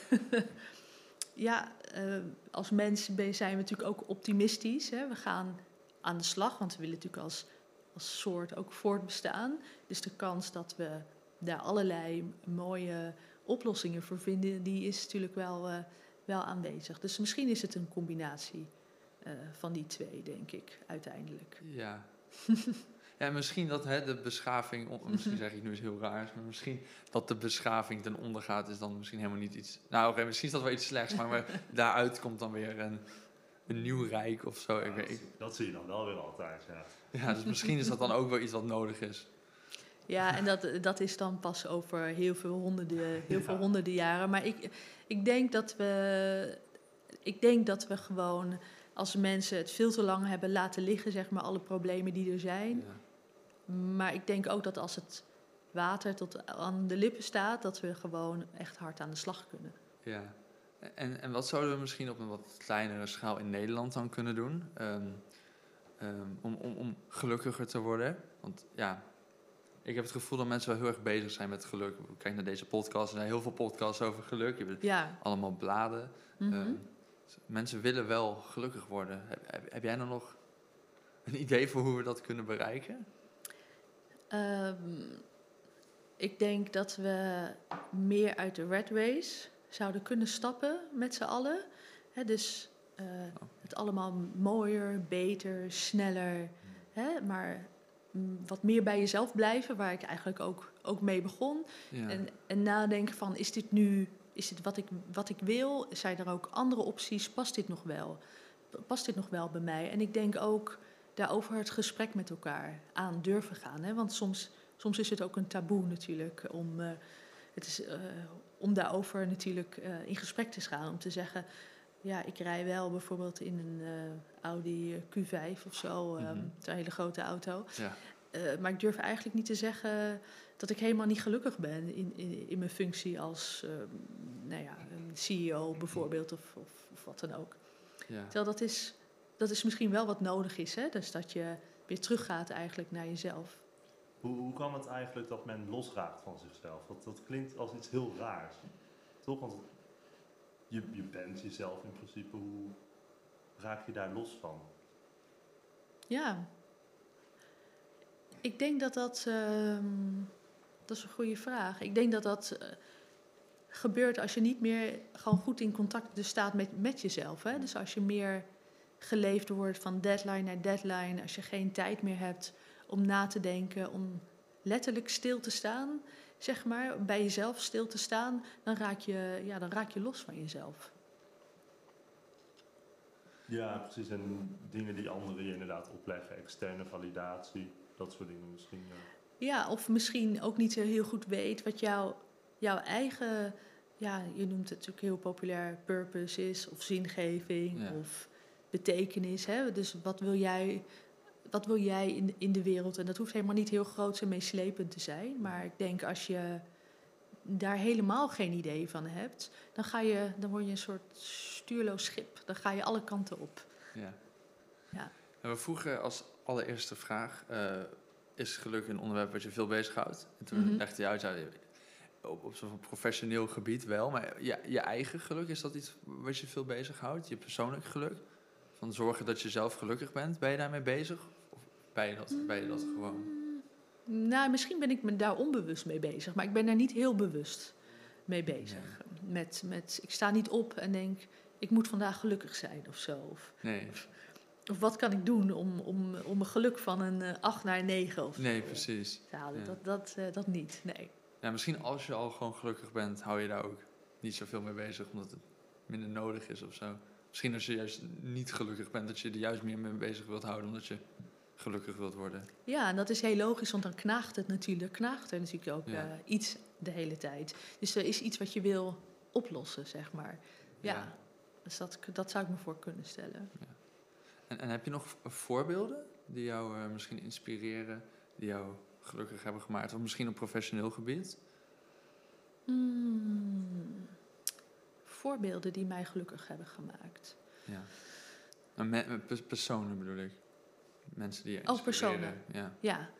ja, eh, als mens ben- zijn we natuurlijk ook optimistisch. Hè? We gaan aan de slag, want we willen natuurlijk als, als soort ook voortbestaan. Dus de kans dat we daar allerlei mooie oplossingen voor vinden... die is natuurlijk wel, eh, wel aanwezig. Dus misschien is het een combinatie eh, van die twee, denk ik, uiteindelijk. Ja. Ja, misschien dat hè, de beschaving, on- misschien zeg ik nu iets heel raars, maar misschien dat de beschaving ten onder gaat, is dan misschien helemaal niet iets. Nou, oké, misschien is dat wel iets slechts, maar, maar daaruit komt dan weer een, een nieuw rijk of zo. Ja, Ik, weet- dat, ik, dat zie je dan wel weer altijd, ja. ja, dus misschien is dat dan ook wel iets wat nodig is. Ja, en dat, dat is dan pas over heel veel honderden, heel veel Ja. honderden jaren. Maar ik, ik, denk dat we, ik denk dat we gewoon als mensen het veel te lang hebben laten liggen, zeg maar, alle problemen die er zijn. Ja. Maar ik denk ook dat als het water tot aan de lippen staat, dat we gewoon echt hard aan de slag kunnen. Ja. En, en wat zouden we misschien op een wat kleinere schaal in Nederland dan kunnen doen? Ehm, ehm, om, om, om gelukkiger te worden? Want ja, ik heb het gevoel dat mensen wel heel erg bezig zijn met geluk. Kijk naar deze podcast, er zijn heel veel podcasts over geluk. Je hebt Ja. allemaal bladen. Mhm. Ehm, mensen willen wel gelukkig worden. Heb, heb, heb jij dan nog een idee voor hoe we dat kunnen bereiken? Ehm, ik denk dat we meer uit de rat race zouden kunnen stappen met z'n allen. Hè, dus eh, het allemaal mooier, beter, sneller. Hè, maar mm, wat meer bij jezelf blijven, waar ik eigenlijk ook, ook mee begon. Ja. En, en nadenken van, is dit nu, is dit wat ik, wat ik wil? Zijn er ook andere opties? Past dit nog wel? Past dit nog wel bij mij? En ik denk ook daarover het gesprek met elkaar aan durven gaan. Hè? Want soms, soms is het ook een taboe natuurlijk om, uh, het is, uh, om daarover natuurlijk uh, in gesprek te gaan. Om te zeggen, ja, ik rij wel bijvoorbeeld in een uh, Audi Q vijf of zo. Um, Mm-hmm. Het is een hele grote auto. Ja. Uh, maar ik durf eigenlijk niet te zeggen dat ik helemaal niet gelukkig ben in, in, in mijn functie als uh, nou ja, een C E O bijvoorbeeld of, of, of wat dan ook. Ja. Terwijl dat is, dat is misschien wel wat nodig is, hè? Dus dat je weer teruggaat eigenlijk naar jezelf. Hoe, hoe kan het eigenlijk dat men losraakt van zichzelf? Dat, dat klinkt als iets heel raars. Toch? Want je, je bent jezelf in principe. Hoe raak je daar los van? Ja. Ik denk dat dat... Uh, dat is een goede vraag. Ik denk dat dat... Uh, gebeurt als je niet meer gewoon goed in contact dus staat met, met jezelf. Hè? Dus als je meer geleefd wordt van deadline naar deadline, als je geen tijd meer hebt om na te denken, om letterlijk stil te staan, zeg maar, bij jezelf stil te staan, dan raak je, ja, dan raak je los van jezelf. Ja, precies. En dingen die anderen je inderdaad opleggen, externe validatie, dat soort dingen misschien. Ja, ja of misschien ook niet zo heel goed weet wat jouw jouw eigen, ja, je noemt het natuurlijk heel populair, purpose is, of zingeving, Ja. of betekenis. Hè? Dus wat wil jij, wat wil jij in, in de wereld? En dat hoeft helemaal niet heel groot en meeslepend te zijn. Maar ik denk als je daar helemaal geen idee van hebt, dan, ga je, dan word je een soort stuurloos schip. Dan ga je alle kanten op. Ja. Ja. En we vroegen als allereerste vraag, uh, is geluk een onderwerp wat je veel bezighoudt? En toen Mhm. legde je uit, ja, op, op zo'n professioneel gebied wel, maar je, je eigen geluk, is dat iets wat je veel bezighoudt? Je persoonlijk geluk? Van zorgen dat je zelf gelukkig bent, ben je daarmee bezig? Of ben je dat, ben je dat gewoon? Nou, misschien ben ik me daar onbewust mee bezig, maar ik ben daar niet heel bewust mee bezig. Nee. Met, met, ik sta niet op en denk, ik moet vandaag gelukkig zijn of zo. Of, Nee. of, of wat kan ik doen om, om, om mijn geluk van een uh, acht naar een negen of Nee, zo precies. te halen. Ja. Dat, dat, uh, dat niet, nee. Ja, misschien als je al gewoon gelukkig bent, hou je daar ook niet zoveel mee bezig, omdat het minder nodig is of zo. Misschien als je juist niet gelukkig bent, dat je er juist meer mee bezig wilt houden, omdat je gelukkig wilt worden. Ja, en dat is heel logisch, want dan knaagt het natuurlijk, knaagt er natuurlijk ook Ja. eh, iets de hele tijd. Dus er is iets wat je wil oplossen, zeg maar. Ja, Ja. dus dat, dat zou ik me voor kunnen stellen. En, en heb je nog v- voorbeelden die jou eh, misschien inspireren, die jou gelukkig hebben gemaakt, of misschien op professioneel gebied? Hmm. Voorbeelden die mij gelukkig hebben gemaakt. Ja. En me- me- pers- personen bedoel ik. Mensen die je Oh, personen. inspireren. Ja. Ja.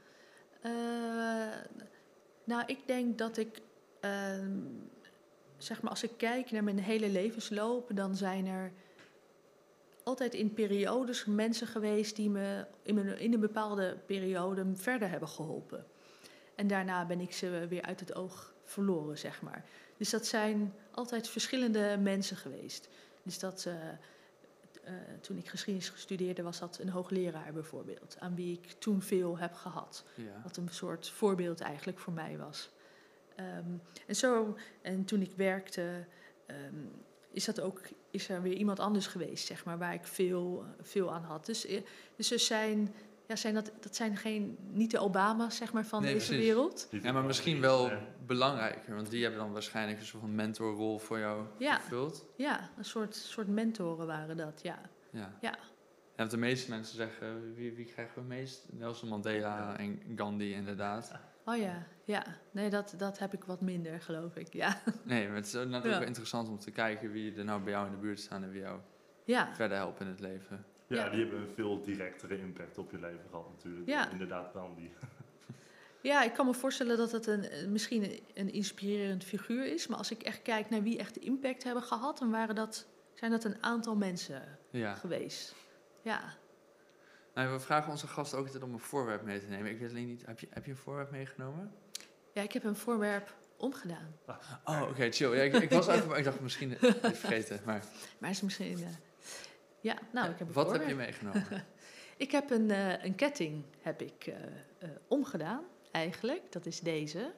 Eh, nou, ik denk dat ik, ehm, zeg maar, als ik kijk naar mijn hele levensloop, dan zijn er altijd in periodes mensen geweest die me in, mijn, in een bepaalde periode verder hebben geholpen. En daarna ben ik ze weer uit het oog verloren, zeg maar. Dus dat zijn altijd verschillende mensen geweest. Dus dat, eh, uh, toen ik geschiedenis studeerde, was dat een hoogleraar bijvoorbeeld, aan wie ik toen veel heb gehad. Ja. Wat een soort voorbeeld eigenlijk voor mij was. Um, en zo, en toen ik werkte, um, is dat ook, is er weer iemand anders geweest, zeg maar, waar ik veel, veel aan had. Dus, dus er zijn, ja, zijn dat, dat zijn geen, niet de Obama's, zeg maar, van Nee, deze precies. wereld. Ja, maar misschien wel belangrijker, want die hebben dan waarschijnlijk een soort van mentorrol voor jou Ja. vervuld. Ja, een soort, soort mentoren waren dat, ja. Ja. Ja. Ja, want de meeste mensen zeggen, wie, wie krijgen we het meest? Nelson Mandela en Gandhi inderdaad. Oh ja, ja. Nee, dat, dat heb ik wat minder, geloof ik, ja. Nee, maar het is natuurlijk Ja. ook wel interessant om te kijken wie er nou bij jou in de buurt staan en wie jou Ja, verder helpen in het leven. Ja, Ja. die hebben een veel directere impact op je leven gehad natuurlijk. Ja. Inderdaad, Gandhi. ja, ik kan me voorstellen dat het een, eh, misschien een, een inspirerend figuur is. Maar als ik echt kijk naar wie echt de impact hebben gehad, dan waren dat, zijn dat een aantal mensen Ja. geweest. Ja. Nou, we vragen onze gasten ook altijd om een voorwerp mee te nemen. Ik weet alleen niet, heb je, heb je een voorwerp meegenomen? Ja, ik heb een voorwerp omgedaan. Oh, oké, chill. Ja, ik, ik was even, ik dacht misschien eh, even vergeten. Maar Maar is misschien... eh, ja, nou, ik heb een wat voorwerp. heb je meegenomen? Ik heb een, eh, een ketting heb ik, eh, eh, omgedaan, eigenlijk. Dat is deze.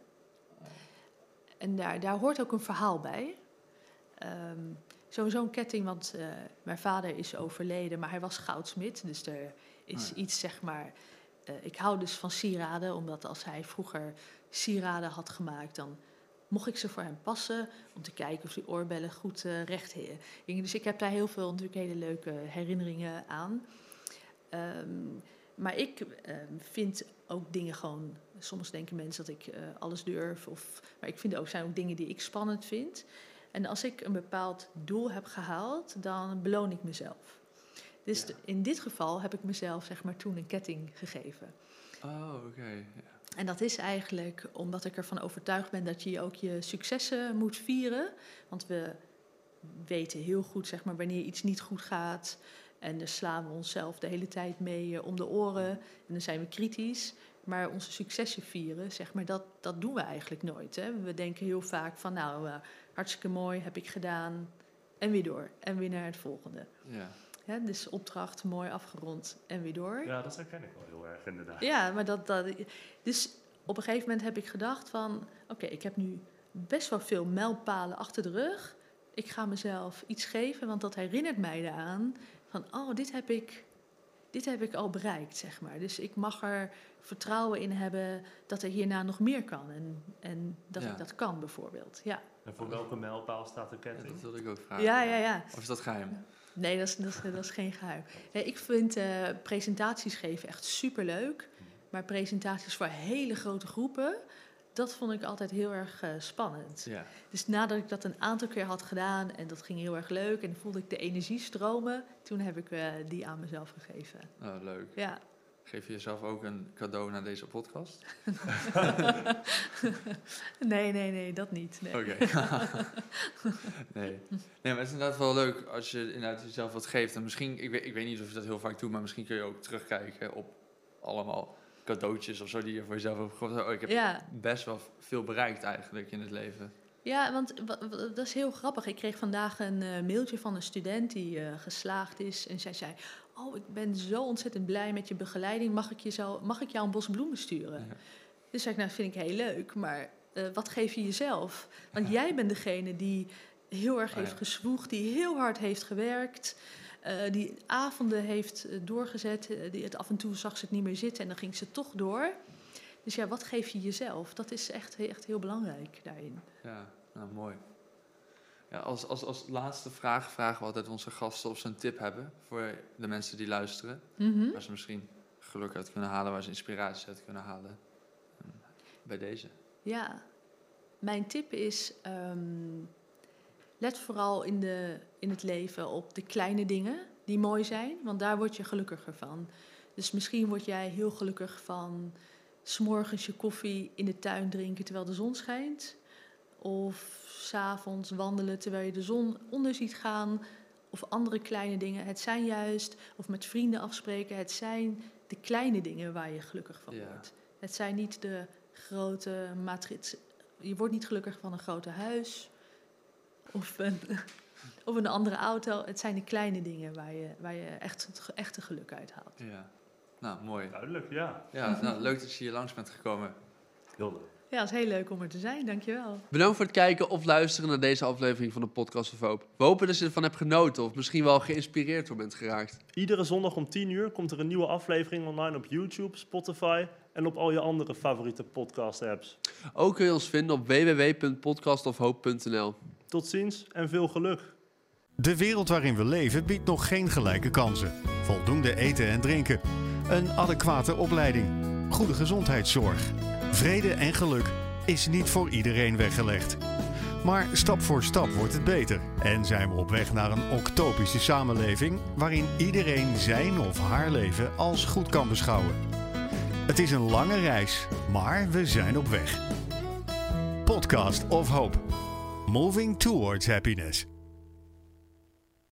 En daar, daar hoort ook een verhaal bij. Um, Sowieso een ketting, want uh, mijn vader is overleden, maar hij was goudsmid. Dus er is Oh ja. iets, zeg maar... Uh, ik hou dus van sieraden, omdat als hij vroeger sieraden had gemaakt, dan mocht ik ze voor hem passen, om te kijken of die oorbellen goed uh, recht hingen. Dus ik heb daar heel veel natuurlijk hele leuke herinneringen aan. Um, maar ik uh, vind ook dingen gewoon... Soms denken mensen dat ik uh, alles durf. Of, maar ik vind ook, zijn ook dingen die ik spannend vind. En als ik een bepaald doel heb gehaald, dan beloon ik mezelf. Dus Ja. in dit geval heb ik mezelf, zeg maar, toen een ketting gegeven. Oh, oké. Ja. En dat is eigenlijk omdat ik ervan overtuigd ben dat je ook je successen moet vieren. Want we weten heel goed, zeg maar, wanneer iets niet goed gaat. En dan slaan we onszelf de hele tijd mee uh, om de oren. En dan zijn we kritisch. Maar onze successen vieren, zeg maar, dat, dat doen we eigenlijk nooit. Hè? We denken heel vaak van, nou, uh, hartstikke mooi, heb ik gedaan. En weer door. En weer naar het volgende. Ja. Hè? Dus opdracht, mooi afgerond en weer door. Ja, dat herken ik wel heel erg inderdaad. Ja, maar dat, dat... Dus op een gegeven moment heb ik gedacht van... Oké, okay, ik heb nu best wel veel mijlpalen achter de rug. Ik ga mezelf iets geven, want dat herinnert mij eraan... van, oh, dit heb ik, dit heb ik al bereikt, zeg maar. Dus ik mag er vertrouwen in hebben dat er hierna nog meer kan. En, en dat Ja. ik dat kan, bijvoorbeeld. Ja, En voor welke mijlpaal staat de Ja, ketting? dat wilde ik ook vragen. ja, ja. ja. Of is dat geheim? Nee, dat is, dat is, dat is geen geheim. Nee, ik vind uh, presentaties geven echt superleuk. Maar presentaties voor hele grote groepen... dat vond ik altijd heel erg uh, spannend. Ja. Dus nadat ik dat een aantal keer had gedaan... en dat ging heel erg leuk... en voelde ik de energie stromen... toen heb ik uh, die aan mezelf gegeven. Oh, leuk. Ja. Geef je jezelf ook een cadeau na deze podcast? nee, nee, nee, dat niet. Nee. Oké. nee. nee, maar het is inderdaad wel leuk als je inderdaad jezelf wat geeft. En misschien, ik weet, ik weet niet of je dat heel vaak doet... maar misschien kun je ook terugkijken op allemaal cadeautjes of zo... die je voor jezelf hebt gekocht. Oh, ik heb Ja. best wel veel bereikt eigenlijk in het leven. Ja, want w- w- dat is heel grappig. Ik kreeg vandaag een uh, mailtje van een student die uh, geslaagd is. En zij zei, oh, ik ben zo ontzettend blij met je begeleiding. Mag ik, je zo, mag ik jou een bos bloemen sturen? Ja. Dus zei ik, nou, vind ik heel leuk. Maar uh, wat geef je jezelf? Want jij bent degene die heel erg Oh, heeft ja. gezwoegd, die heel hard heeft gewerkt. uh, die avonden heeft uh, doorgezet. Uh, die het af en toe zag ze het niet meer zitten en dan ging ze toch door. Dus ja, wat geef je jezelf? Dat is echt, echt heel belangrijk daarin. Ja, nou mooi. Ja, als, als, als laatste vraag vragen we altijd onze gasten of ze een tip hebben voor de mensen die luisteren. Mm-hmm. Waar ze misschien geluk uit kunnen halen, waar ze inspiratie uit kunnen halen. Bij deze. Ja, mijn tip is, um, let vooral in, de, in het leven op de kleine dingen die mooi zijn, want daar word je gelukkiger van. Dus misschien word jij heel gelukkig van 's morgens je koffie in de tuin drinken terwijl de zon schijnt. Of 's avonds wandelen terwijl je de zon onder ziet gaan. Of andere kleine dingen. Het zijn juist, of met vrienden afspreken, het zijn de kleine dingen waar je gelukkig van Ja. wordt. Het zijn niet de grote matrix. Je wordt niet gelukkig van een grote huis of een, of een andere auto. Het zijn de kleine dingen waar je, waar je echt het echte geluk uit haalt. Ja, nou mooi. Duidelijk, ja. Ja, nou, leuk dat je hier langs bent gekomen. Heel leuk. Ja, het is heel leuk om er te zijn. Dankjewel. Bedankt voor het kijken of luisteren naar deze aflevering van de Podcast of Hope. We hopen dat je ervan hebt genoten of misschien wel geïnspireerd door bent geraakt. Iedere zondag om tien uur komt er een nieuwe aflevering online op YouTube, Spotify en op al je andere favoriete podcast-apps. Ook kun je ons vinden op w w w punt podcast of hope punt n l. Tot ziens en veel geluk. De wereld waarin we leven biedt nog geen gelijke kansen. Voldoende eten en drinken. Een adequate opleiding. Goede gezondheidszorg. Vrede en geluk is niet voor iedereen weggelegd. Maar stap voor stap wordt het beter. En zijn we op weg naar een octopische samenleving waarin iedereen zijn of haar leven als goed kan beschouwen. Het is een lange reis, maar we zijn op weg. Podcast of Hope. Moving towards happiness.